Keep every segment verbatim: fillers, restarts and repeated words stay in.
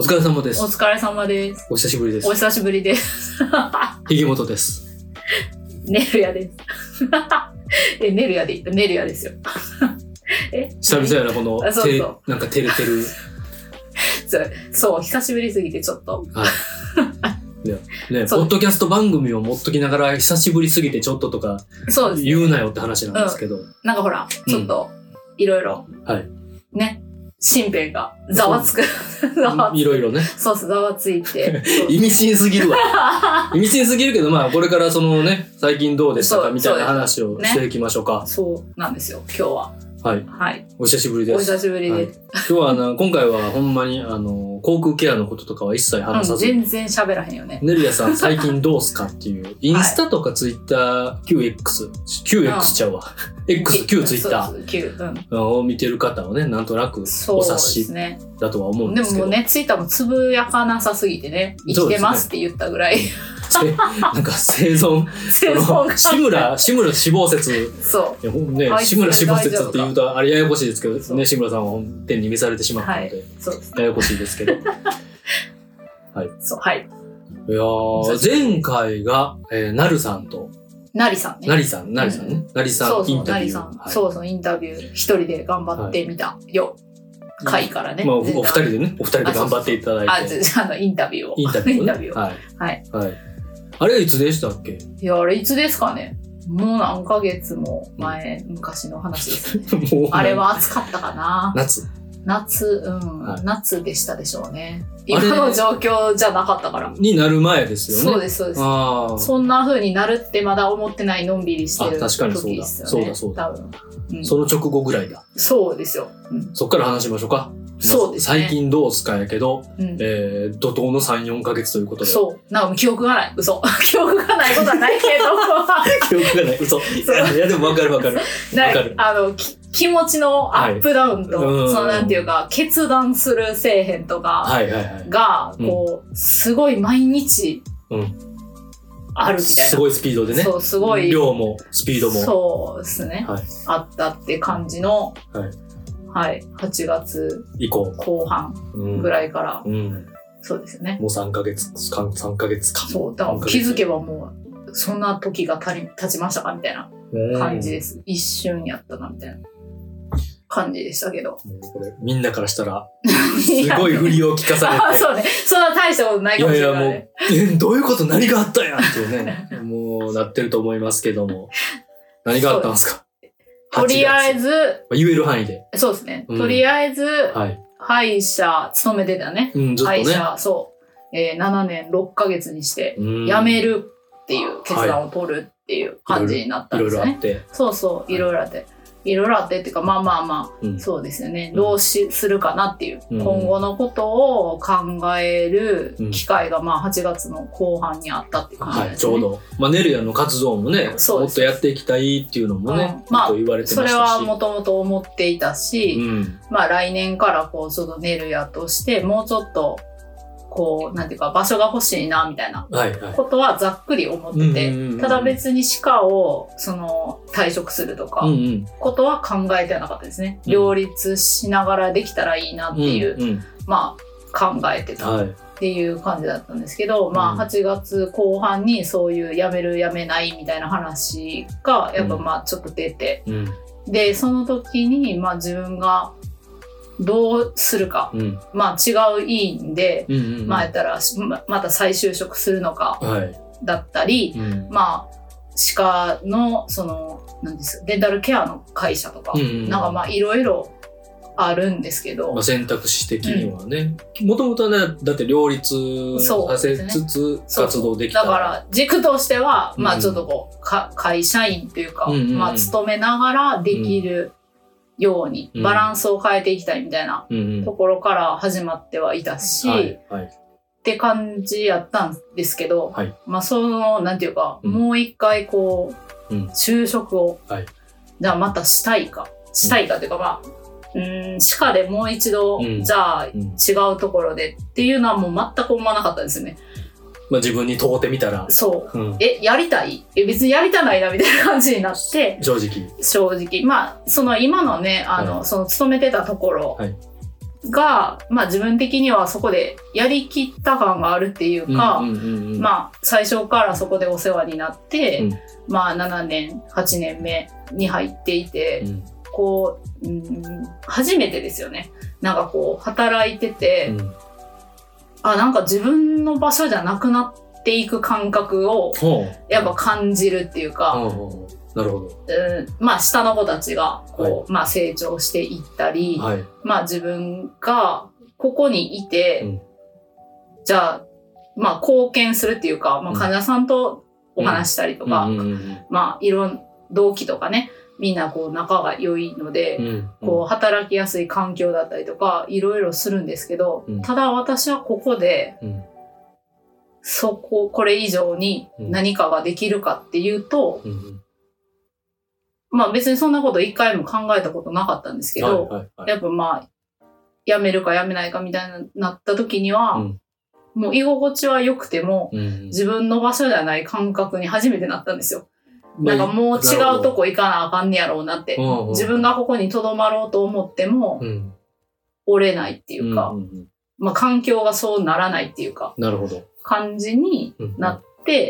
疲れ様です。 お疲れ様です。 お久しぶりです。 お久しぶりです。 ひげもとです。 ネルヤです。え、ネルヤで言った、ネルヤですよ。え久々やな、この、 そうそう。 なんか照れてる。 そう、そう、久しぶりすぎてちょっと。 はい。ね、ね、ポッドキャスト番組を持っときながら、久しぶりすぎてちょっととか、 そうです、ね。 言うなよって話なんですけど。うん、 なんかほら、ちょっと、いろいろ。 はい。 ね。身辺がざわつく。 いろいろね。 そうそう、ざわついて。 意味深すぎるわ。意味深すぎるけど、まあ、これからそのね、最近どうでしたかみたいな話をしていきましょうか。 そうなんですよ、今日は。 はい。 はい。 お久しぶりです。 お久しぶりです。 はい、今日はあの、今回はほんまに、あの、口腔ケアのこととかは一切話さず。 うん、全然喋らへんよね。 ネルヤさん最近どうすかっていう、インスタとかツイッター、キューエックス、キューエックス ちゃうわ。X、旧ツイッターを見てる方はね、なんとなくお察しだとは思うんですけど。 でもね、ツイッターもつぶやかなさすぎてね、生きてますって言ったぐらい。 なんか生存。 生存が。 志村、志村死亡説。 そう。 ね、志村死亡説って言うと、あれややこしいですけど、ね、志村さんは天に召されてしまったので、 そうです。 ややこしいですけど。はい。 そう、はい。 いやー、前回が、えー、なるさんと、 なりさんね。 なりさん、なりさんね。なりさんインタビュー。 そうそう、はい、そうそう、インタビュー一人で頑張ってみたよ。はい、回からね。 まあ、お二人でね、お二人で頑張っていただいて。 あ、じゃあ、の、インタビューを。 インタビュー、ね。 インタビューを。 はい。 はい。 はい。あれいつでしたっけ？ いや、あれいつですかね。もう何ヶ月も前、うん、昔の話ですね。もうあれは暑かったかな。 夏。 夏、うん、はい、夏でしたでしょうね。 今の状況じゃなかったから。 になる前ですよね。 そうです、そうです。あそんな風になるってまだ思ってないのんびりしてる時ですよね。 そうだ、そうだ、そうだ。多分、うん。その直後ぐらいだ。 そうですよ。 うん、そっから話しましょうか。 そうですね。最近どうすかやけど、うん、えー、怒涛のさん、よんかげつということで。 そう。なんか記憶がない。嘘。記憶がないことはないけど。記憶がない。嘘。いや、でもわかるわかる。わかる。 あの、気持ちのアップダウンと、はい、そのなんていうか、決断するせえへんとかが、こう、すごい毎日、あるみたいな、うん。 すごいスピードでね。 そう、すごい。 量も、スピードも。 そうですね。はい、あったって感じの、はいはい。はちがつ以降後半ぐらいから、うんうん、そうですよね。 もうさんかげつ、さんかげつか。 そう、だから気づけばもう、そんな時が経ちましたかみたいな感じです。一瞬やったな、みたいな感じでしたけど。もうこれみんなからしたら、すごい振りを聞かされて。 あ、そうね。そんな大したことないかもしれない、ね。いやいや、もう、え、どういうこと何があったんやっていうね、もうなってると思いますけども。何があったんですか？ とりあえず、 言える範囲で。 そうですね。うん、とりあえず、はい、歯医者、勤めてたね。 うん、ずっとね。 歯医者、そう。えー、ななねんろっかげつにして、辞めるっていう決断を取るっていう感じになったんですね。はい、いろいろあって。そうそう、いろいろあって。いろいろあってっていうか、まあまあまあ、うん、そうですよね。どうし、するかなっていう、うん、今後のことを考える機会が、まあはちがつの後半にあったっていう感じですね。はい、 ちょうど。まあネルヤの活動もね、もっとやっていきたいっていうのもね、うん、まあ、言われてましたし。 それはもともと思っていたし、うん、まあ来年からこう、ちょっとネルヤとして、もうちょっと、こう、なんていうか、場所が欲しいな、みたいなことはざっくり思ってて、ただ別に歯科を、その、退職するとか、ことは考えてはなかったですね。うん、両立しながらできたらいいなっていう、うんうん、まあ、考えてたっていう感じだったんですけど、はい、まあ、はちがつこう半にそういう辞める辞めないみたいな話が、やっぱまあ、ちょっと出て、うん、で、その時に、まあ自分が、どうするか。うん、まあ違う医院で、うんうんうん、まあやったら、また再就職するのか、だったり、はいうん、まあ、歯科の、その、なんですか、デンタルケアの会社とか、うんうん、なんかまあいろいろあるんですけど。 まあ選択肢的にはね。もともとね、だって両立させつつ活動できたら、 ね、だから軸としては、まあちょっとこう、か会社員というか、うんうんうん、まあ勤めながらできる、うんようにバランスを変えていきたいみたいなところから始まってはいたし、うんうんはいはい、って感じやったんですけど、はい、まあその、なんていうか、うん、もう一回こう、うん、就職を、はい、じゃあまたしたいか、したいかっていうかまあ、うん、歯科でもう一度、うん、じゃあ違うところでっていうのはもう全く思わなかったですよね。 まあ自分に問うてみたら。 そう。うん、え、やりたいえ、別にやりたないな、みたいな感じになって。 正直。 正直。まあ、その今のね、あの、はい、その勤めてたところが、まあ自分的にはそこでやりきった感があるっていうか、うんうんうんうん、まあ最初からそこでお世話になって、うん、まあななねん、はちねんめに入っていて、うん、こう、うん、初めてですよね。なんかこう働いてて、うん、あ、なんか自分の場所じゃなくなっていく感覚をやっぱ感じるっていうか、 ほうほうほうなるほど。 うん、まあ下の子たちがこう、はい、まあ成長していったり、はい、まあ自分がここにいて、うん、じゃあまあ貢献するっていうか、まあ患者さんとお話したりとか、まあいろん同期とかね、みんなこう仲が良いので、うんうん、こう働きやすい環境だったりとかいろいろするんですけど、うん、ただ私はここで、うん、そここれ以上に何かができるかっていうと。うんうんまあ別にそんなこと一回も考えたことなかったんですけど、はいはいはい、やっぱまあ、辞めるか辞めないかみたいになった時には、うん、もう居心地は良くても、うん、自分の場所じゃない感覚に初めてなったんですよ。まあ、なんかもう違うとこ行かなあかんねやろうなって。自分がここに留まろうと思っても、うん、折れないっていうか、うんうんうん、まあ環境がそうならないっていうか、 なるほど。 感じになって、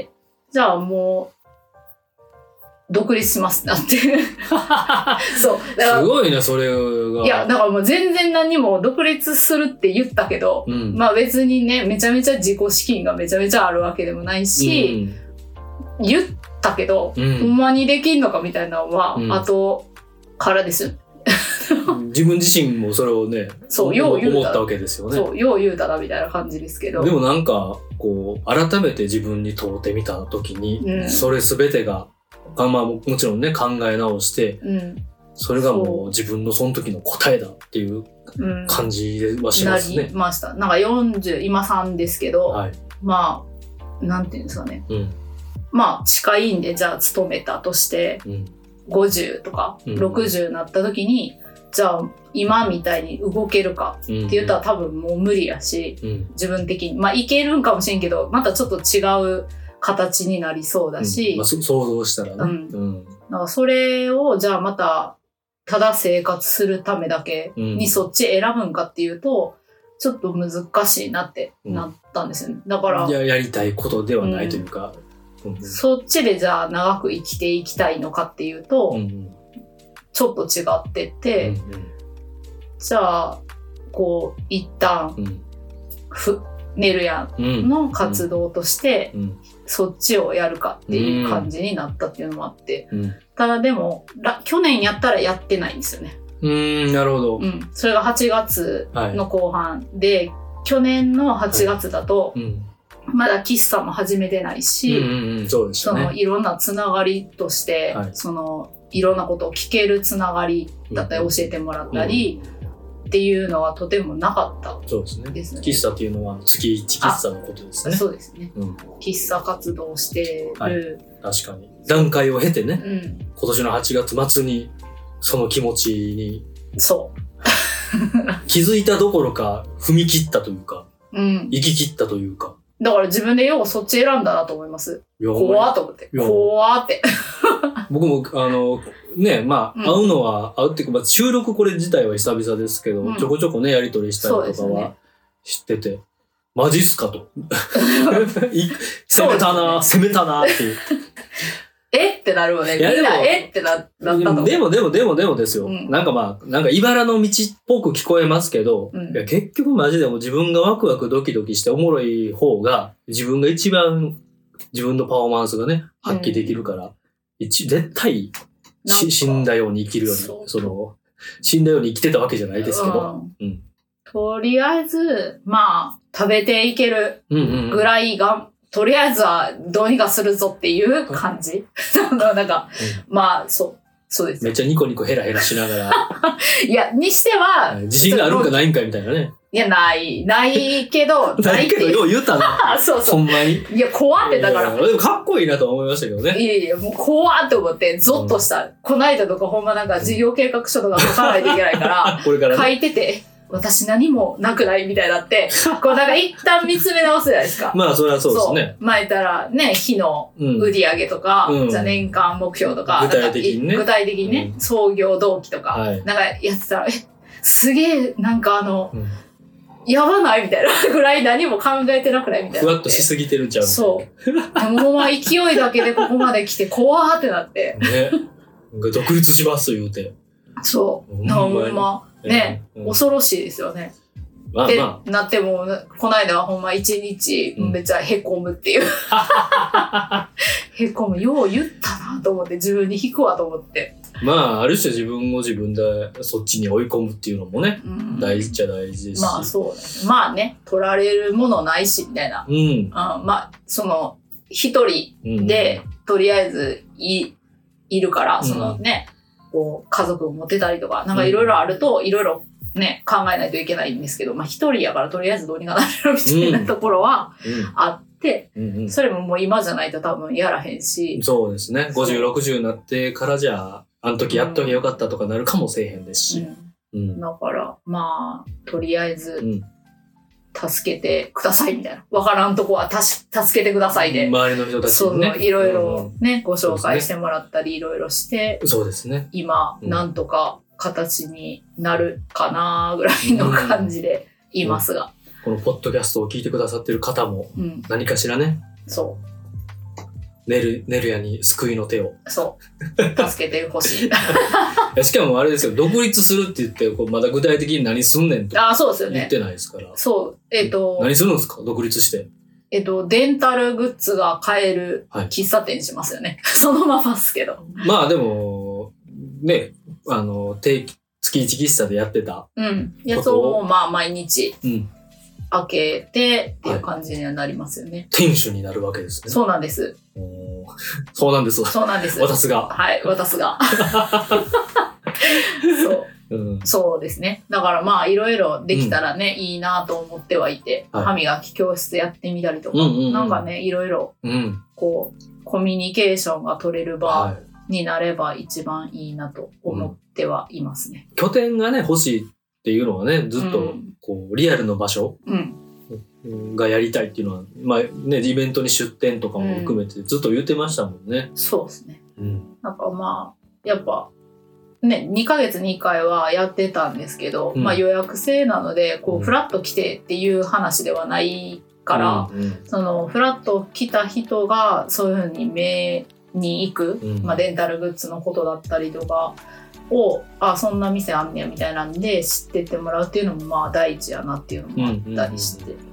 うん、じゃあもう、独立しますなってそうだからすごいなそれがいやだからもう全然何も独立するって言ったけど、うん、まあ別にねめちゃめちゃ自己資金がめちゃめちゃあるわけでもないし、うん、言ったけど、うん、ほんまにできんのかみたいなのは、うん、後からです自分自身もそれをねそうよう言うた思ったわけですよねそうよう言うたらみたいな感じですけどでもなんかこう改めて自分に問うてみた時に、うん、それ全てがまあ、もちろんね考え直して、うん、それがもう自分のその時の答えだっていう感じはしますね。 なりました。なんかよんじゅう今さんですけど、はい、まあなんていうんですかね、うん、まあ近いんでじゃあ勤めたとして、うん、ごじゅうとかろくじゅうになった時に、うん、じゃあ今みたいに動けるかって言ったら多分もう無理やし、うん、自分的にまあいけるんかもしれんけどまたちょっと違う形になりそうだし、 うんまあ、想像したらね、うんうん、なんかそれをじゃあまたただ生活するためだけにそっち選ぶんかっていうと、うん、ちょっと難しいなってなったんですよね。だからややりたいことではないというか、 うんうん、そっちでじゃあ長く生きていきたいのかっていうと、うんうん、ちょっと違ってて、うんうん、じゃあこう一旦、うん、ふ寝るやんの活動として、うんうん、そっちをやるかっていう感じになったっていうのもあって、うん、ただでも去年やったらやってないんですよね。 うーんなるほど、 うん、それがはちがつの後半で、はい、去年のはちがつだと、はいうん、まだ喫茶も始めてないし、うんうんうん、そうでしたね、そのいろんなつながりとして、はい、そのいろんなことを聞けるつながりだったり教えてもらったり、うんうんっていうのはとてもなかったですね。そうですね。 喫茶っていうのは月一喫茶のことですね。 そうですね、うん。喫茶活動をしてる、はい。 確かに。段階を経てね、うん、今年のはちがつ末にその気持ちにそう気づいたどころか踏み切ったというか、うん、生き切ったというか。 だから自分でようそっち選んだなと思います。怖ーと思って。怖ーって。 僕もあのねまあ、うん、会うのは会うっていうか、まあ、収録これ自体は久々ですけど、うん、ちょこちょこねやり取りしたりとかは知ってて、ね、マジっすかと攻めたな、ね、攻めたなっていうえってなるよね。みんなえってなったと思う。 でもでもでもでもですよ、うん、なんかまあなんか茨の道っぽく聞こえますけど、うん、いや結局マジでも自分がワクワクドキドキしておもろい方が自分が一番自分のパフォーマンスがね発揮できるから、うん、一絶対死んだように生きるよりそその死んだように生きてたわけじゃないですけど、うんうん、 とりあえずまあ食べていけるぐらいが、うんうんうん、とりあえずはどうにかするぞっていう感じなんか、うん、まあそうそうですめっちゃニコニコヘラヘラしながらいやにしては自信があるんかないんかみたいなね。 いや、ない。ないけど、 ないけど、よう言ったな。 そうそう。 ほんまに。 いや、怖ってだから。 でもかっこいいなと思いましたけどね。 いやいや、もう怖って思って、ゾッとした。うん、こないだとかほんまなんか事業計画書とか書かないといけないから、これから、ね、書いてて、私何もなくないみたいになって、こうなんか一旦見つめ直すじゃないですか。 まあ、それはそうですね。 前言ったらね、日の売り上げとか、うん、じゃあ年間目標とか、 具体的にね。 具体的にね、うん、創業動機とか、はい、なんかやってたら、え、 すげえ、なんかあの、 うん、 やばないみたいなぐらい何も考えてなくないみたいな。 ふわっとしすぎてるんちゃう。 そう。でもほんま勢いだけでここまで来て怖ーってなって。 ね。独立します言うて。 そう。ほんま、ね、うん、恐ろしいですよね。まあまあ、ってなっても、この間はほんま一日めっちゃへこむっていう。うん、へこむ。よう言ったなと思って、自分に引くわと思って。 まあ、ある種自分を自分でそっちに追い込むっていうのもね、うん、大事っちゃ大事ですし。 まあそうね。まあね、取られるものないし、みたいな。うん。うん、まあ、その、一人で、とりあえずい、いるから、そのね、うん、こう、家族を持てたりとか、なんかいろいろあると、いろいろね、考えないといけないんですけど、まあ一人やからとりあえずどうにかなるみたいなところはあって、うんうん、それももう今じゃないと多分やらへんし。 そうですね。ごじゅう、ろくじゅうになってからじゃあ、あの時やっときゃよかったとかなるかもせえへんですし。 うんうん、だから、まあ、とりあえず、助けてくださいみたいな。わからんとこはたし助けてくださいで。 周りの人たちにね。 そう、いろいろね、ご紹介してもらったり、いろいろして。 そうですね。 今、なんとか形になるかなぐらいの感じでいますが、 うんうん。このポッドキャストを聞いてくださってる方も、何かしらね。 うん、そう。 寝る、寝るやに救いの手を。 そう。助けてほしい。しかもあれですよ、独立するって言って、こうまだ具体的に何すんねんとあ、そうですよね。 言ってないですから。 そう。えっ、ー、と。 何するんですか独立して。 えっ、ー、と、デンタルグッズが買える喫茶店しますよね。はい、そのままっすけど。 まあでも、ね、あの、定期、月一喫茶でやってた。 うん。やつを、まあ毎日。うん。開けてっていう感じにはなりますよね。はい、 店主になるわけですね。 そうなんです。 そうなんです。 そうなんです。 私が。 はい、私が。そう、うん。そうですね。だからまあいろいろできたらね、うん、いいなと思ってはいて、はい、歯磨き教室やってみたりとか、うんうんうん、なんかね、いろいろ、こう、コミュニケーションが取れる場になれば一番いいなと思ってはいますね。 うん、拠点がね、欲しいっていうのはね、ずっと、こう、リアルの場所。うんがやりたいっていうのは、まあね、イベントに出店とかも含めてずっと言ってましたもんね。 うん、そうですね。うん、なんかまあ、やっぱ、ね、にかげつにいっかいはやってたんですけど、うん、まあ予約制なので、こう、フラッと来てっていう話ではないから、うんうん、その、フラッと来た人がそういうふうに目に行く、うん、まあデンタルグッズのことだったりとか、を、あ、そんな店あんねやみたいなんで知ってってもらうっていうのもまあ第一やなっていうのもあったりして。うんうんうん、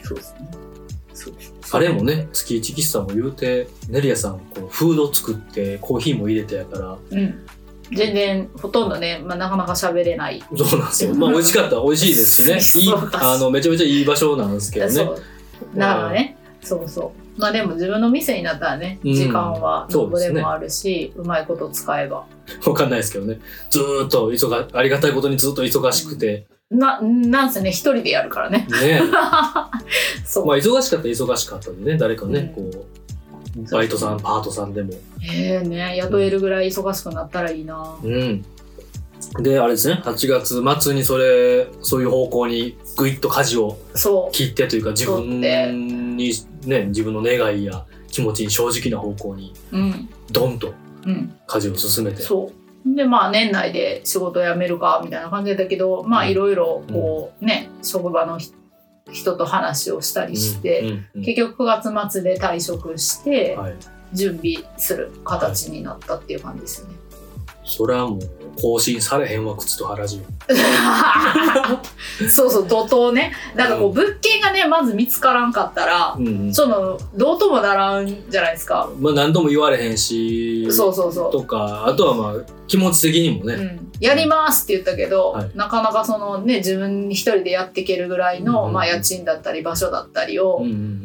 そうですね。そうです。 あれもね、月一喫茶も言うて、ネリアさん、こうフード作ってコーヒーも入れてやから。 うん。全然、ほとんどね、まあ、なかなか喋れない。 そうなんですよ。まあ美味しかった、美味しいですしね。いい、あの、めちゃめちゃいい場所なんですけどね。そう。 だからね、そうそう。まあでも自分の店になったらね、時間はどこでもあるし、うん、うまいこと使えば。 わかんないですけどね。ずーっと忙が、ありがたいことにずっと忙しくて。 うん、な、なんせね、一人でやるからね。ねそう。まあ忙しかったら忙しかったんでね、誰かね、うん、こう、バイトさん、パートさんでも。 ええね、雇えるぐらい忙しくなったらいいな。 うん。で、あれですね、はちがつ末にそれ、そういう方向にぐいっと舵を切ってというか、自分に、ね、自分の願いや気持ちに正直な方向に、ドンと舵を進めて。うん、そう。 で、まあ年内で仕事辞めるか、みたいな感じだけど、まあいろいろ、こうね、うん、職場の人と話をしたりして、うんうんうん、結局くがつ末で退職して、はい、準備する形になったっていう感じですよね。はい、 それはもう更新されへんわ、靴と原宿。 そうそう、怒涛ね。だからこう、物件がね、まず見つからんかったら、うんうん、その、どうともならんじゃないですか。 まあ何度も言われへんし、 そうそうそう。 とか、あとはまあ、気持ち的にもね。うん、 やりますって言ったけど、はい、なかなかそのね、自分一人でやっていけるぐらいの、うんうん、まあ家賃だったり場所だったりを、うんうん、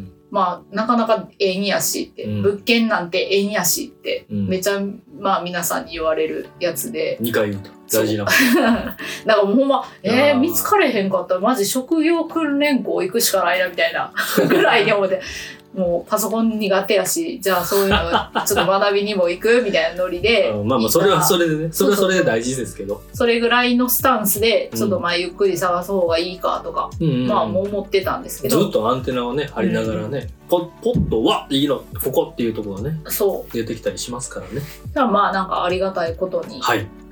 まあ、なかなかええんやしって、うん、物件なんてええんやしって、うん、めちゃ、まあ皆さんに言われるやつで。 にかい言うと。大事な。 だからもうほんま、えー、見つかれへんかったらマジ職業訓練校行くしかないなみたいなぐらいに思って、もうパソコン苦手やし、じゃあそういうのちょっと学びにも行くみたいなノリで。 まあまあそれはそれでね、それはそれで大事ですけど。 そうそうそう、それぐらいのスタンスで、ちょっとまあゆっくり探す方がいいかとか、うんうんうん、まあもう思ってたんですけど。 ずっとアンテナをね、張りながらね、うん、ポッ、ポッとわっいいの、ここっていうところがね、そう。出てきたりしますからね。 だからまあなんかありがたいことに。はい。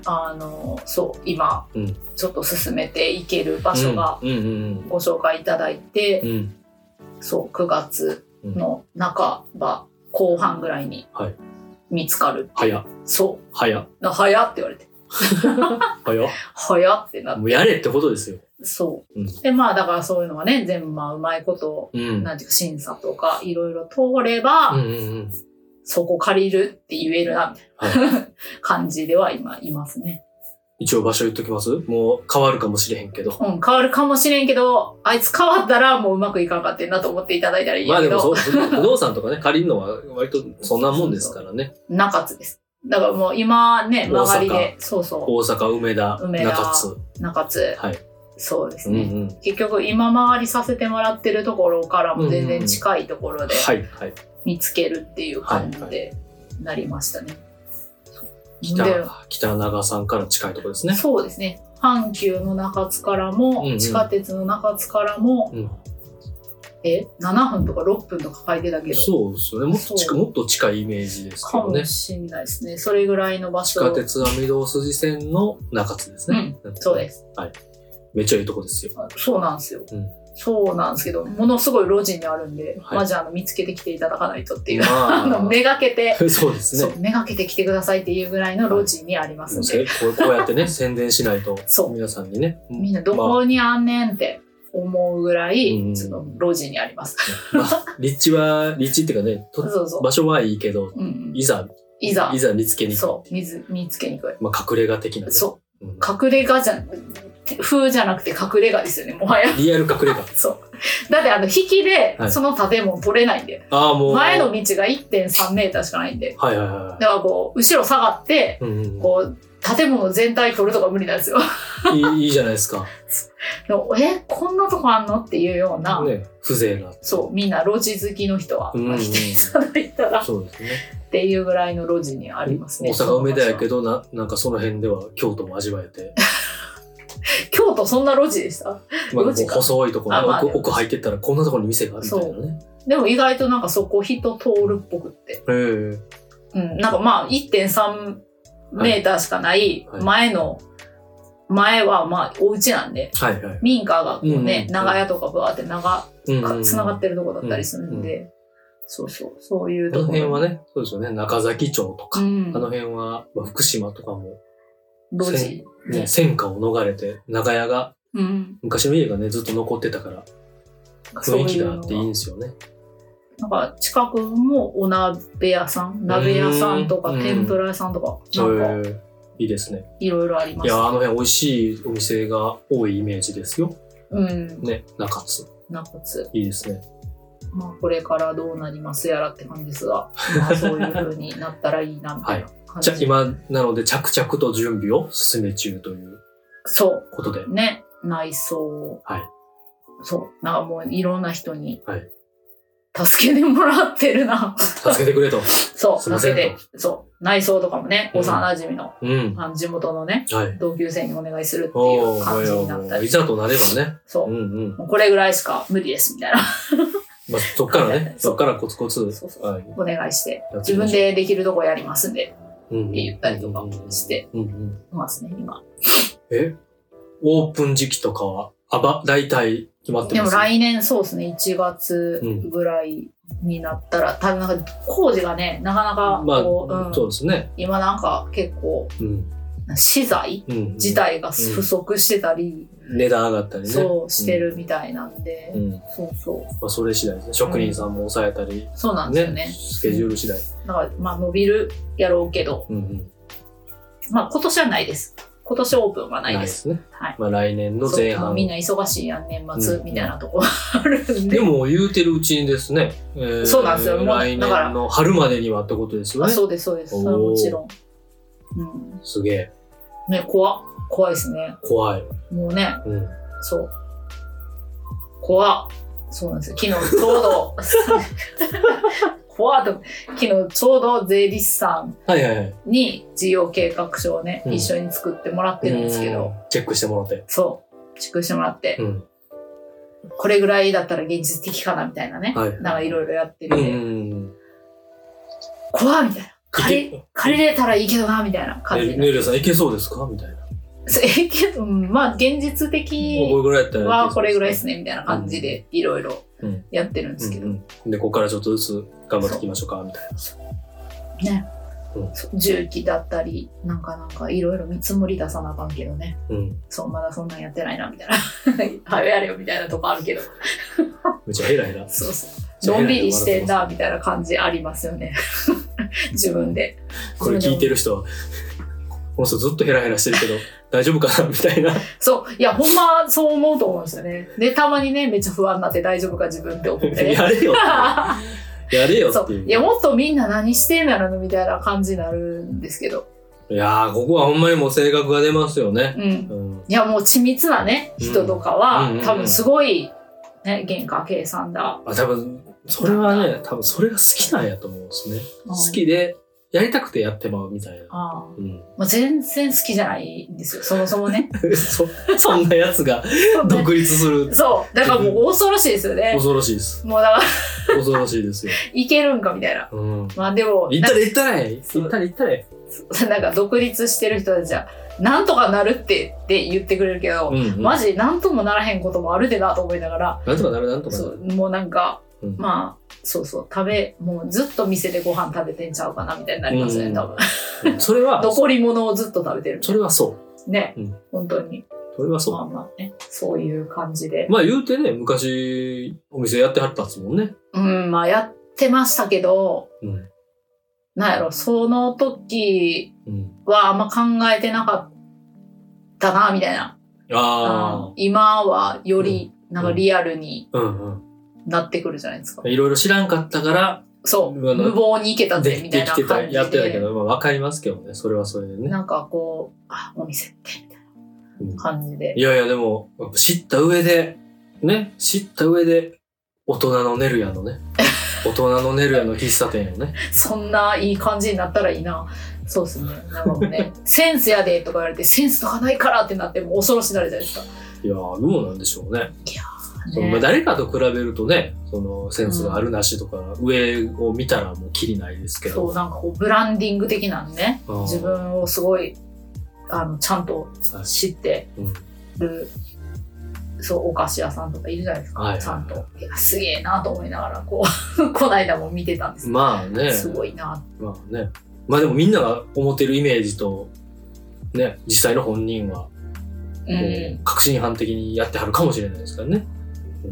あの、そう、今、うん、ちょっと進めていける場所がご紹介いただいて、うんうんうん、そう、くがつの半ば、後半ぐらいに見つかる。 早っ。 そう。 早っ。 早っって言われて。 早っ。 早っってなって。 もうやれってことですよ。 そう。うん、で、まあ、だからそういうのがね、全部まあ、うまいこと、うん、なんていうか審査とか、いろいろ通れば、うんうんうん、そこ借りるって言えるな、みたいな、はい、感じでは今、いますね。 一応場所言っときます？もう変わるかもしれへんけど。 うん、変わるかもしれんけど、あいつ変わったらもううまくいかんかってんなと思っていただいたらいいんやけど。 まあでもそう、不動産とかね、借りるのは割とそんなもんですからね。 中津です。だからもう今ね、曲がりで、そうそう。 大阪、梅田、 梅田中津。 中津。 はい。 そうですね、うんうん。結局今回りさせてもらってるところからも全然近いところで見つけるっていう感じでなりましたね。 北、北長さんから近いところですね。 そうですね。阪急の中津からも、うんうん、地下鉄の中津からも、うん、え、ななふんとかろっぷんとか書いてたけど。 そうですよね。もっと近い、もっと近いイメージですけどね。 かもしれないですね。それぐらいの場所。 地下鉄は御堂筋線の中津ですね。 うん、そうです。 はい。めっちゃいいとこですよ。 そうなんですよ。うん、そうなんですけど、ものすごい路地にあるんで、はい、マジあの見つけてきていただかないとっていう、まあ、あのめがけて、 そうですね。そう、 めがけてきてくださいっていうぐらいの路地にありますんで。はい、 こう、こうやってね、宣伝しないと、皆さんにね。 みんなどこにあんねんって思うぐらい、まあ、その路地にあります。 まあ、立地は、立地っていうかね、そうそう場所はいいけど、うん、いざ、 いざ、 いざ見つけにくい。 そう、見見つけにくい。 まあ、隠れ家的なね。 そう。うん、隠れ家じゃん。風じゃなくて隠れ家ですよね、もはや。 リアル隠れ家。 そう。だってあの、引きで、その建物取れないんで。 はい、あもう前の道が いってんさんメーターしかないんで。 はいはいはい。 だからこう、後ろ下がって、うんうん、こう、建物全体取るとか無理なんですよ。 いい、いいじゃないですか。 でもえ、こんなとこあんのっていうような。 ね、風情な。 そう、みんな路地好きの人は、うんうん、来ていただいたら。そうですね。っていうぐらいの路地にありますね。 大阪梅田やけど、な、なんかその辺では京都も味わえて。 京都そんな路地でした？ まあ、細いところ、ね、まあ、奥, 奥入ってったらこんなところに店があるみたいなね。 でも意外となんかそこ人通るっぽくって。へー。うん、なんかまあ いってんさんメーターしかない前の、前はまあお家なんで、はいはい、民家がこうね、うん、長屋とかバーって長、うん、繋がってるとこだったりするんで、うんうん、そうそう、そういうところ。 あの辺はね、そうですよね、中崎町とか、うん、あの辺は、まあ、福島とかも、 路地。 ね、戦火を逃れて、長屋が、うん、昔の家がね、ずっと残ってたから、雰囲気があっていいんですよね。 なんか、近くもお鍋屋さん、鍋屋さんとか、天ぷら屋さんとか、なんか、 いいですね。 いろいろあります。 いや、あの辺美味しいお店が多いイメージですよ。うん。ね、中津。 中津。 いいですね。 まあ、これからどうなりますやらって感じですが、まあ、そういう風になったらいいな、みたいな感じ。 はい、じゃあ、今、なので、着々と準備を進め中ということで。 そう。ね、内装。はい。そう。なんかもう、いろんな人に、はい。助けてもらってるな。 助けてくれと。 そう、助けて。そう。内装とかもね、うん、幼馴染の、うん、あの地元のね、はい、同級生にお願いするっていう感じになったり。 いざとなればね。 そう。うんうん、もうこれぐらいしか無理です、みたいな。 まあ、そっからね、そっからコツコツ。そうそう、 はい、お願いして、自分でできるとこやりますんで、って言ったりとかしてますね、今。 えオープン時期とかは、あば、大体決まってます？ でも来年そうですね、いちがつぐらいになったら、うん、多分なんか工事がね、なかなかこう、 まあ、うん、そうですね。 今なんか結構、うん、資材自体が不足してたり、 うん、値段上がったりね。 そう、してるみたいなんで、うん、そうそう。 まあ、それ次第ですね。職人さんも抑えたり、 うん、そうなんですよね。 スケジュール次第。 だから、まあ伸びるやろうけど、うんうん、まあ今年はないです。今年オープンはないです。 ないですね。はい。まあ来年の前半。 みんな忙しいやん、年末みたいなとこあるんで。うん、 でも言うてるうちにですね。 えー、そうなんですよ。 来年の春までにはってことですよね。 そうです、そうです。それはもちろん。 うん。すげえ。 ね、怖怖いですね。 怖い。 もうね、うん、そう。怖そうなんですよ。昨日ちょうど、怖っと、昨日ちょうど税理士さんに事業計画書をね、はいはいはい、一緒に作ってもらってるんですけど。 チェックしてもらって。 そう。チェックしてもらって。うん、これぐらいだったら現実的かなみたいなね。はい、なんかいろいろやってるんで。うん怖いみたいな。 借り、借りれたらいいけどな、みたいな感じで。 ねるやさん、いけそうですかみたいな。 えけど、まあ、現実的はこれぐらいですね、みたいな感じで、いろいろやってるんですけど、うんうんうん。で、ここからちょっとずつ頑張っていきましょうか、みたいな。ね。うん、重機だったり、なんかなんかいろいろ見積もり出さなあかんけどね。うん。そう、まだそんなんやってないな、みたいな。はよやれよ、みたいなとこあるけど。 めっちゃヘラヘラ。 そうそう。のんびりしてんだ、みたいな感じありますよね。自分で。 これ聞いてる人は、この人ずっとヘラヘラしてるけど、大丈夫かなみたいな。 そう。いや、ほんまそう思うと思うんですよね。で、たまにね、めっちゃ不安になって大丈夫か自分って思って、ね。 やれよって。やれよっていう。 いや、もっとみんな何してんだろうみたいな感じになるんですけど。 いやー、ここはほんまにもう性格が出ますよね。 うん。うん、いや、もう緻密なね、人とかは、うん、多分すごい、ね、原価計算だ。 あ、多分、それはね、多分それが好きなんやと思うんですね。うん、好きで、やりたくてやってまうみたいな。ああ、うん、まあ、全然好きじゃないんですよ、そもそもね。 そ, そんなやつが独立する。 そう。だからもう恐ろしいですよね。 恐ろしいです。 もうだから恐ろしいですよ。 いけるんかみたいな。うん、まあでも。 行ったれ行ったれ行ったれ行ったれなんか独立してる人たちは、なんとかなるってって言ってくれるけど、うんうん、マジなんともならへんこともあるでなと思いながら。 なんとかなるなんとかなる。 そう、もうなんか、うん、まあ、そうそう、食べ、もうずっと店でご飯食べてんちゃうかなみたいになりますね、うん、多分。 それは。 残り物をずっと食べてる。 それはそう。 ね、うん、本当に。 それはそう。 まあまあね、そういう感じで。 まあ言うてね、昔お店やってはったんですもんね。 うん、まあやってましたけど、うん、なんやろ、その時はあんま考えてなかったな、みたいな。ああ。今はより、なんかリアルに、うんうんなってくるじゃないですか。 いろいろ知らんかったから、 そう、無謀に行けたぜ、みたいな感じで。できてた、 やってたけど、まあわかりますけどね、それはそれでね。 なんかこう、あ、お店って、みたいな感じで。 うん、いやいや、でも、知った上で、ね、知った上で、大人のネルヤのね、大人のネルヤの喫茶店よね。 そんないい感じになったらいいな。そうですね。なんかもうね、センスやでとか言われて、センスとかないからってなっても恐ろしくなるじゃないですか。 いやー、どうなんでしょうね。 いやそのまあ、誰かと比べるとね、そのセンスがあるなしとか、うん、上を見たらもうキリないですけど。 そう、なんかこうブランディング的なんね、自分をすごい、あの、ちゃんと知ってる、うん、そう、お菓子屋さんとかいるじゃないですか、はいはいはい、ちゃんと。いや、すげえなと思いながら、こう、こないだも見てたんですけど。 まあね。 すごいな。 まあね。まあでもみんなが思ってるイメージと、ね、実際の本人は、うん、確信犯的にやってはるかもしれないですからね。 うん、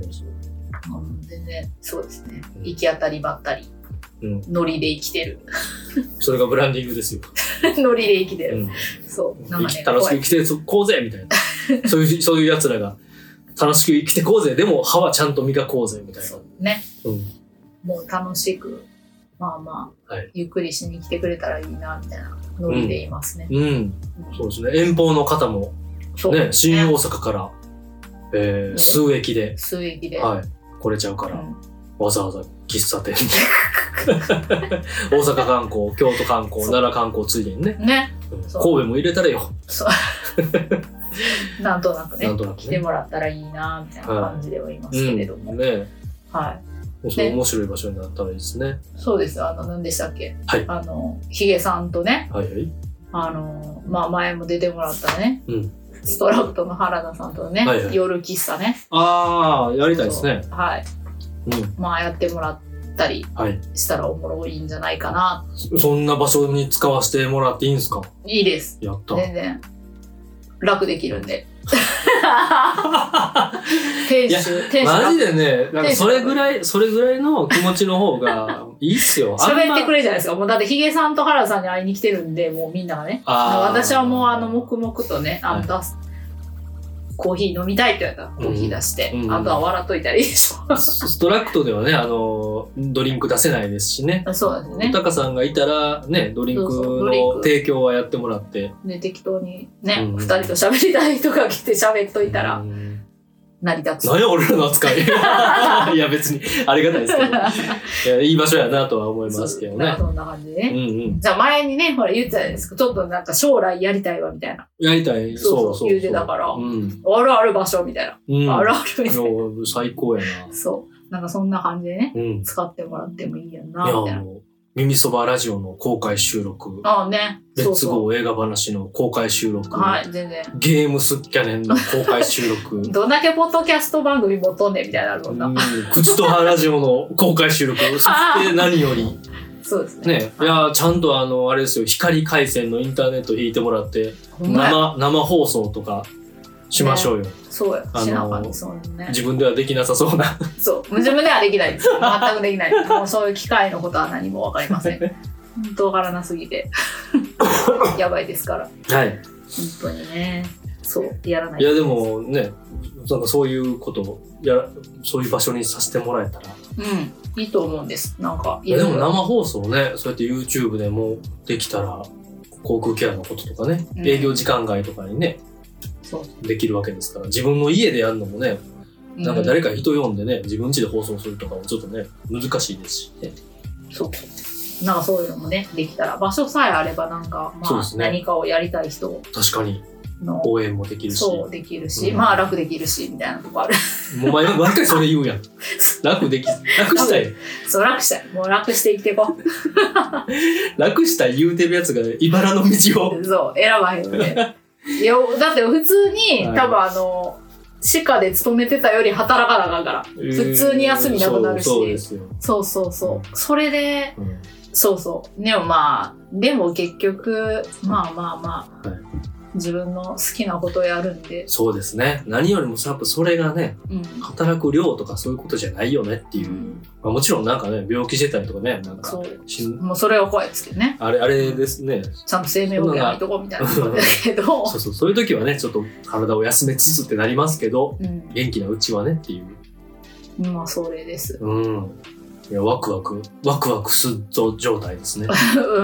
全然そうですね、うん、行き当たりばったり、うん、ノリで生きてるそれがブランディングですよノリで生きてる、うん、そうなんか、ね、 楽しく生きてこうぜみたいなそういうそういうやつらが楽しく生きてこうぜでも歯はちゃんと磨こうぜみたいなそうね、うん、もう楽しくまあまあ、はい、ゆっくりしに来てくれたらいいなみたいなノリでいますね、 うんうんうん、そうですね遠方の方もね、新大阪から、えーね、数駅で、 数駅で、 はい、来れちゃうから、うん、わざわざ喫茶店に大阪観光、京都観光、奈良観光ついでにね、 ね、 うん、神戸も入れたらよ。 そうなんとなくね、なんとなくね来てもらったらいいなみたいな感じではいますけれども、はい、うん、ね、はい。 そう面白い場所になったらいいですね。 そうです。あの、何でしたっけ、 はい、 あの、ヒゲさんとね、 はいはい、 あの、まあ、前も出てもらったね、うんストラクトの原田さんとね、はいはい、夜喫茶ね。 ああ、やりたいですね。 はい。うん、まあやってもらったりしたらおもろいんじゃないかな。はい、 そんな場所に使わせてもらっていいんですか？ いいです。 やった。 全然楽できるんで。店主、店主。 マジでね、なんかそれぐらい、それぐらいの気持ちの方がいいっすよ。 喋ってくれるじゃないですか。もうだってヒゲさんと原田さんに会いに来てるんで、もうみんながね。私はもうあの、黙々とね、あの、出す。コーヒー飲みたいって言われたらコーヒー出して、うんうん、あとは笑っといたらいいでしょ。 ストラクトではね、あの、ドリンク出せないですしね。 そうですね。 タカさんがいたら、ね、ドリンクの提供はやってもらって。 ね、適当にね、二、うん、人と喋りたい人が来て喋っといたら、うん成り立つ。 何や俺らの扱いいや別にありがたいですけど。いやいい場所やなとは思いますけどね。 そんな感じでね。うんうん、じゃあ前にね、ほら言ってたじゃないですか。ちょっとなんか将来やりたいわみたいな。 やりたい。そうそうそう。 言うてたから、うん、あるある場所みたいな。うん、あるあるみたいな。 最高やな。 そう。なんかそんな感じでね、うん、使ってもらってもいいやんな、みたいな。いやもう耳そばラジオの公開収録。 ああね。 レッツゴー映画話の公開収録。 はい、全然。 ゲームスキャネンの公開収録。 どんだけポッドキャスト番組持っとんねんみたいなのもんな。 口と葉ラジオの公開収録。そして何より。 そうですね。 ね。いや、ちゃんとあの、あれですよ、光回線のインターネット引いてもらって、生、生放送とかしましょうよ。ね、 そうや。しなあかんね、そうね。 自分ではできなさそうな。 そう。自分ではできないです。全くできないです。もうそういう機械のことは何もわかりません。本当わからなすぎて。やばいですから。 はい。 本当にね。そう。やらない。 いや、でもね、なんかそういうことをや、そういう場所にさせてもらえたら。 うん。いいと思うんです。なんか。 いや、でも生放送ね、そうやって YouTube でもできたら、航空ケアのこととかね、うん、営業時間外とかにね、そうできるわけですから、自分の家でやるのもね、なんか誰か人呼んでね、自分家で放送するとかもちょっとね、難しいですしね。 そう。なんかそういうのもね、できたら、場所さえあればなんか、まあ、ね、何かをやりたい人確かに。応援もできるし。 そう、できるし、うん、まあ楽できるし、みたいなとこある。 もう毎回それ言うやん。楽でき、楽したい。 そう、楽したい。もう楽して生きていこう。楽したい言うてるやつが、茨の道を。 そう、選ばへんよね。いや、だって普通に、はい、多分あの、歯科で勤めてたより働かなあかんから。えー、普通に休みなくなるし。 そう、そうですよ。 そうそうそう。それで、うん、そうそう。でもまあ、でも結局、まあまあまあ、はい、自分の好きなことをやるんで。 そうですね。何よりもさ、やっぱそれがね、うん、働く量とかそういうことじゃないよねっていう。うん、まあ、もちろんなんかね、病気してたりとかね、なんか。 そう。もうそれは怖いですけどね。 あれ、あれですね。 ちゃんと生命保険ないとこみたいなことだけど。 そうそう、そういう時はね、ちょっと体を休めつつってなりますけど、うん、元気なうちはねっていう。 まあ、それです。 うん。いや、ワクワク、ワクワクすっと状態ですね。 うん。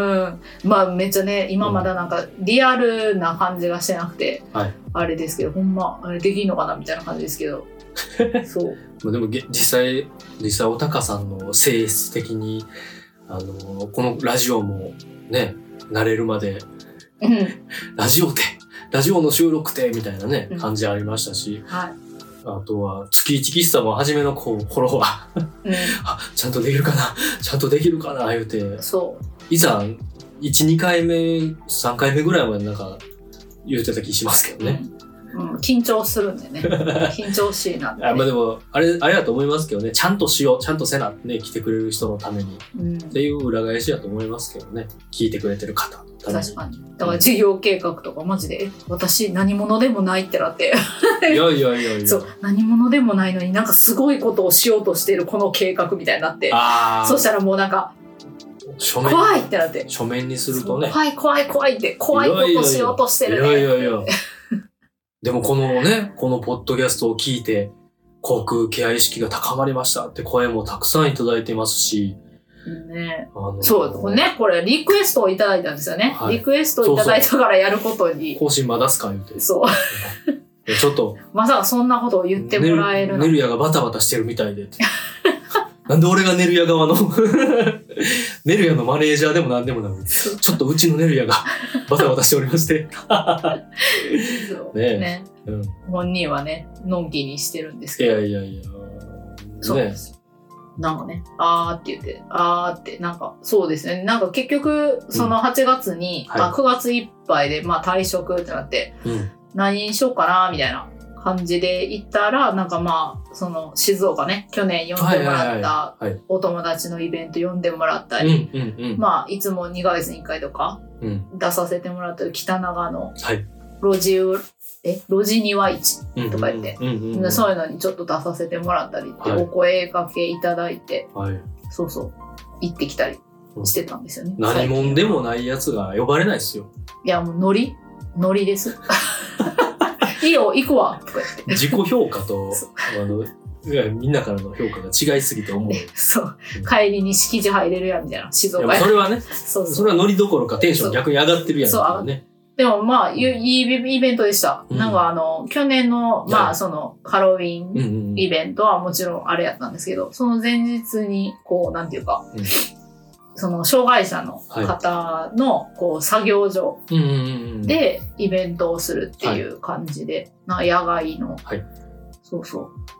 まあ、めっちゃね、今まだなんか、リアルな感じがしてなくて、うん、あれですけど、ほんま、あれできんのかなみたいな感じですけど。そう。 まあでも、実際、実際、おたかさんの性質的に、あの、このラジオもね、慣れるまで、うん、ラジオって、ラジオの収録ってみたいなね、感じありましたし、 うん、はい。 あとは、月一喫茶も初めのこう頃は、うん、あ、ちゃんとできるかなちゃんとできるかな言うて、 そう。 いざ、いち、にかいめ、さんかいめぐらいまでなんか言ってた気しますけどね。 うん、うん、緊張するんでね。緊張しいなって。 あ、まあでも、あれ、あれだと思いますけどね、ちゃんとしよう、ちゃんとせなってね、来てくれる人のために、うん、っていう裏返しだと思いますけどね、聞いてくれてる方。 確かに。だから事業計画とかマジで、私何者でもないってなって。 いやいやいやいや。 そう、何者でもないのになんかすごいことをしようとしてるこの計画みたいになって。そしたらもうなんか、怖いってなって。 書面にするとね。 怖い怖い怖いって、怖いことしようとしてるね。 いやいやいや。でもこのね、このポッドキャストを聞いて、航空ケア意識が高まりましたって声もたくさんいただいてますし、 ね、あのー、そうね、これリクエストをいただいたんですよね、はい、リクエストをいただいたからやることに更新まだすか言うて、 そうちょっとまさかそんなことを言ってもらえるの、 ネルヤがバタバタしてるみたいでなんで俺がネルヤ側のネルヤのマネージャーでもなんでもなくちょっとうちのネルヤがバタバタしておりましてそうね, ね、うん、本人はねのんきにしてるんですけど、 いやいやいや、 そうです、ね、なんかね、あーって言って、あーって、なんか、そうですね。なんか結局、そのはちがつに、うん、あくがついっぱいで、まあ退職ってなって、うん、何にしようかな、みたいな感じで行ったら、なんかまあ、その静岡ね、去年呼んでもらったお友達のイベント呼んでもらったり、まあ、いつもにかげつにいっかいとか出させてもらってる北長の路地を、え、路地庭市とか言って、そういうのにちょっと出させてもらったりってお声掛けいただいて、はい、そうそう、行ってきたりしてたんですよね。 何者でもないやつが呼ばれないですよ。 いや、もうノリノリです。いいよ、行くわとか言って。 自己評価と、あの、みんなからの評価が違いすぎて思う。 そう。うん、帰りに敷地入れるやんみたいな、静岡や。それはね、そうそう、それはノリどころかテンション逆に上がってるやん、ね。そう、ね。 でもまあ、いいイベントでした。うん、なんかあの、去年の、まあその、ハロウィンイベントはもちろんあれやったんですけど、その前日に、こう、なんていうか、うん、その、障害者の方の、こう、作業所でイベントをするっていう感じで、はい、な野外の、はい、そうそう。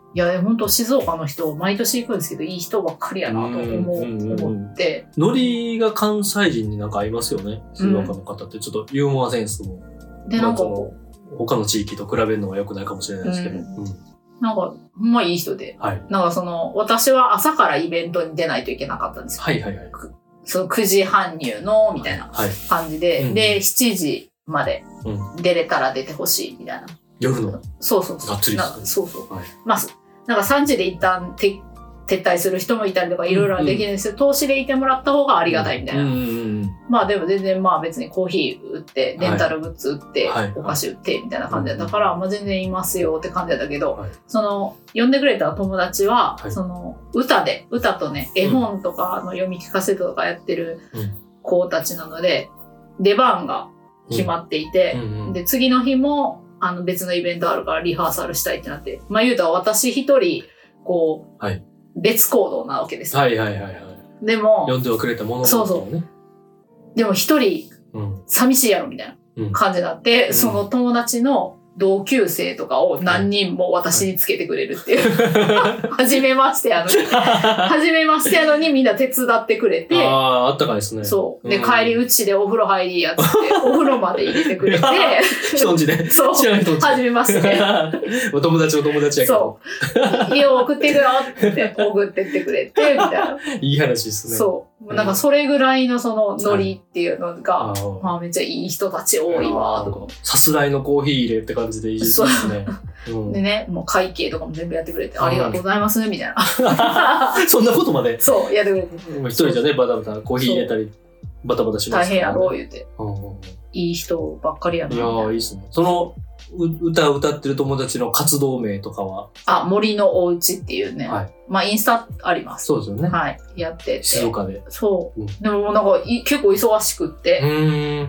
いや、本当静岡の人、毎年行くんですけど、いい人ばっかりやなと思う、思って。 ノリが関西人になんか合いますよね。静岡の方って、ちょっとユーモアセンスも。で、なんかこう、他の地域と比べるのは良くないかもしれないですけど。うんうん、 なんか、ほんまいい人で。はい。なんかその、私は朝からイベントに出ないといけなかったんですよ。はいはいはい。そのくじはん入の、みたいな感じで、はいはい、で、しちじまで出れたら出てほしい、みたいな。 夜のそうそうそう。 がっつりですね。そうそう。はい、まあ、なんかさんじで一旦撤退する人もいたりとかいろいろできるんですけど、うんうん、投資でいてもらった方がありがたいみたいな。うんうんうん、まあでも全然まあ別にコーヒー売って、レンタルグッズ売って、はい、お菓子売ってみたいな感じだったから、はい、まあ全然いますよって感じだったけど、はい、その、呼んでくれた友達は、はい、その、歌で、歌とね、絵本とかの読み聞かせとかやってる子たちなので、出番が決まっていて、うんうんうん、で、次の日も、あの別のイベントあるからリハーサルしたいってなって、まあ言うたら私一人、こう、はい、別行動なわけですよ。 はいはいはいはい。 でも、 呼んではくれたもの、ね、 そうそう。でも一人、寂しいやろみたいな感じになって、うん、その友達の同級生とかを何人も私につけてくれるっていう。はじめましてやのに。はじめましてやのにみんな手伝ってくれて。 ああ、あったかいですね。 そう。で、うん、帰りうちでお風呂入りやつって、お風呂まで入れてくれて。 人んちで。 そう。知らん人んち。はじめまして。 お友達の友達やけど。 そう。家を送っていくよって送ってってくれて、みたいな。 いい話ですね。 そう。なんかそれぐらいのそのノリっていうのが、はい、まあめっちゃいい人たち多いわ、とか。 さすらいのコーヒー入れって感じでいいですね。 うん、でね、もう会計とかも全部やってくれて、ありがとうございます、みたいな。 そんなことまでそう、やってくれて。 一人じゃね、バタバタコーヒー入れたり、バタバタしますから、ね。 大変やろう、言うて。いい人ばっかりやな。 いやー、いいっすね。その、歌を歌ってる友達の活動名とかはあ、森のおうちっていうね。はい。まあ、インスタあります。 そうですよね。 はい。やってて。 静岡で。 そう。うん、でも、なんかい、結構忙しくって。うん。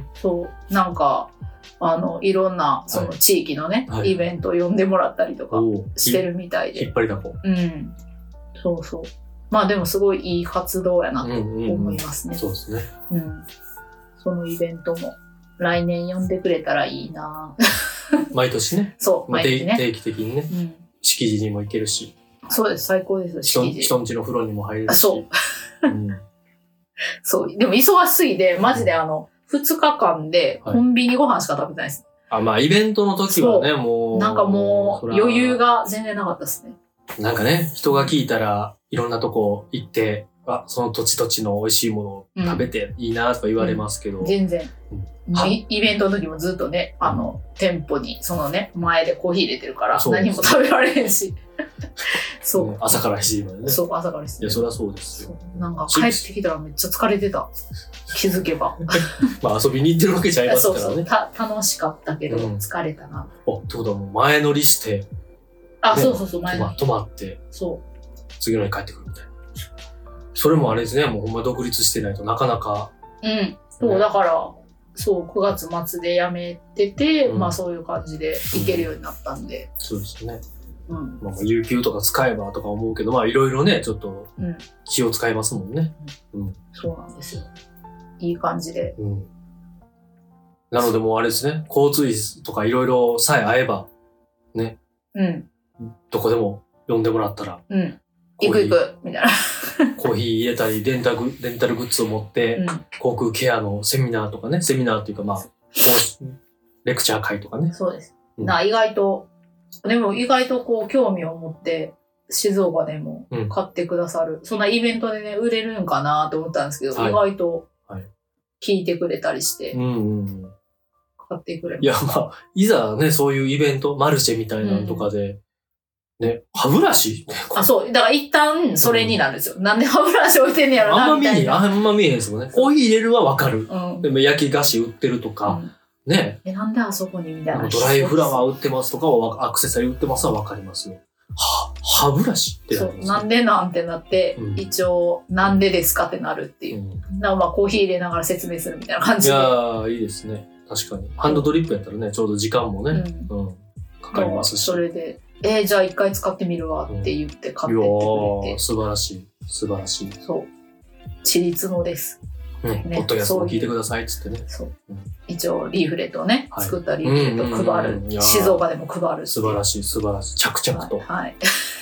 そう。なんか、あの、いろんな、その地域のね、はい、イベントを呼んでもらったりとかしてるみたいで。 引っ張りだこ。 うん。そうそう。まあでもすごいいい活動やなと思いますね。 うんうんうん、そうですね。 うん。そのイベントも来年呼んでくれたらいいな毎年ね。 そう、毎年ね。 定期的にね。うん、敷地にも行けるし。 そうです、最高です、 敷地。人んちの風呂にも入れるし。 そう。うん、そう。でも忙しすぎて、マジであの、ふつかかんでコンビニご飯しか食べてないです。 はい、あ、まあイベントの時はね、もう。 なんかもう余裕が全然なかったですね。 なんかね、人が聞いたらいろんなとこ行って、あ、その土地土地の美味しいものを食べていいなとか言われますけど。 うん、全然、うん、イ。イベントの時もずっとね、あの、店舗に、そのね、前でコーヒー入れてるから何も食べられへんし。そう、 ね。朝からしちじまでね。 そう、朝からしちじ。 いや、そりゃそうですよ。 なんか帰ってきたらめっちゃ疲れてた。気づけば。 まあ遊びに行ってるわけじゃいますからね。そうそうた楽しかったけど、疲れたな。 うん、あ、ってことはもう前乗りして。 あ、ね、そうそうそう、前乗り。 泊まって。 そう。 次の日帰ってくるみたいな。それもあれですね、もうほんま独立してないとなかなか。 うん。そう、だから、そう、くがつ末で辞めてて、うん、まあそういう感じで行けるようになったんで。 うん、そうですね。うん。まあ、有給とか使えばとか思うけど、まあいろいろね、ちょっと気を使いますもんね。 うん。うん、そうなんですよ。いい感じで。うん。 なのでもうあれですね、交通費とかいろいろさえ合えば、ね。 うん。 どこでも呼んでもらったら。 うん。行く行く、みたいな。 コーヒー入れたり、レンタル、レンタルグッズを持って、うん、航空ケアのセミナーとかね、セミナーっていうかまあ、レクチャー会とかね。 そうです。うん、な意外と、でも意外とこう興味を持って、静岡でも買ってくださる。うん、そんなイベントでね、売れるんかなと思ったんですけど、はい、意外と聞いてくれたりして、うんうん、買ってくれる。 いやまあ、いざね、そういうイベント、マルシェみたいなのとかで、うんね、歯ブラシあ、そう。だから一旦それになるんですよ。うん、なんで歯ブラシ置いてんねやろな、みたいな。 あんま見えへんですもんね。コーヒー入れるはわかる。うん、でも焼き菓子売ってるとか、うん、ね。 え、なんであそこにみたいな。 ドライフラワー売ってますとかは、アクセサリー売ってますはわかりますよ。は、歯ブラシってなるんですそう。なんでなんてなって、うん、一応、なんでですかってなるっていう。うん、なんかまあコーヒー入れながら説明するみたいな感じで。 いやー、いいですね。確かに。ハンドドリップやったらね、ちょうど時間もね、うん、うん、かかりますし。 それで。えー、じゃあ一回使ってみるわって言って買ってってくれて。 素晴らしい。素晴らしい。 そう。ちりつもです。 ね。ポッドキャストも聞いてくださいっつってね。 そう。うん、一応リーフレットをね、はい、作ったリーフレットを配る。静岡でも配る。 素晴らしい、素晴らしい。着々と。 はい。はい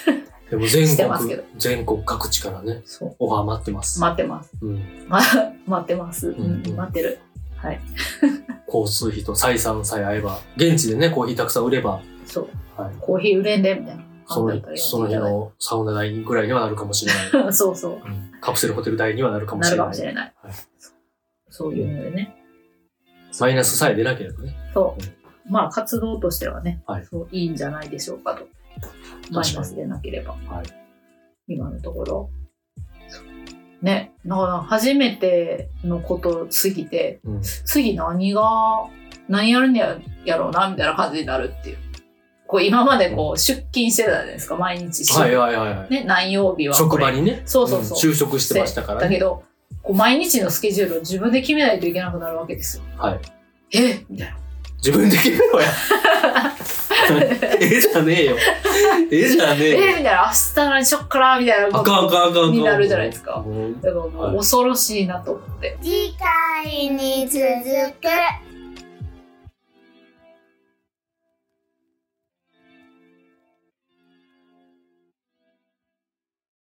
でも全国、全国各地からね、オファー待ってます。 待ってます。うん、ま、待ってます、うんうん。待ってる。はい。 交通費と採算さえ合えば、現地でね、コーヒーたくさん売れば。 そう。はい、コーヒー売れんで、みたいな。 そのその日のサウナ代ぐらいにはなるかもしれない。 そうそう、うん。 カプセルホテル代にはなるかもしれない。 なるかもしれない。はい、そういうのでね。 マイナスさえ出なければね。 そう。うん、まあ活動としてはね、はい、そういいんじゃないでしょうかと。マイナスでなければ。はい、今のところ。ね、だから初めてのことすぎて、うん、次何が、何やるんやろうな、みたいな感じになるっていう。こう今までこう出勤してたじゃないですか、毎日。 はいはいはい、 ね、何曜日はこれ。 職場にね。 そうそうそう。 うん、就職してましたからね。 だけど、こう毎日のスケジュールを自分で決めないといけなくなるわけですよ。はい。えみたいな。 自分で決めろや。えじゃねえよ。えじゃねえよ。 えみたいな。明日何しよっかなみたいなことになるじゃないですか。だからもう恐ろしいなと思って。 次回に続く。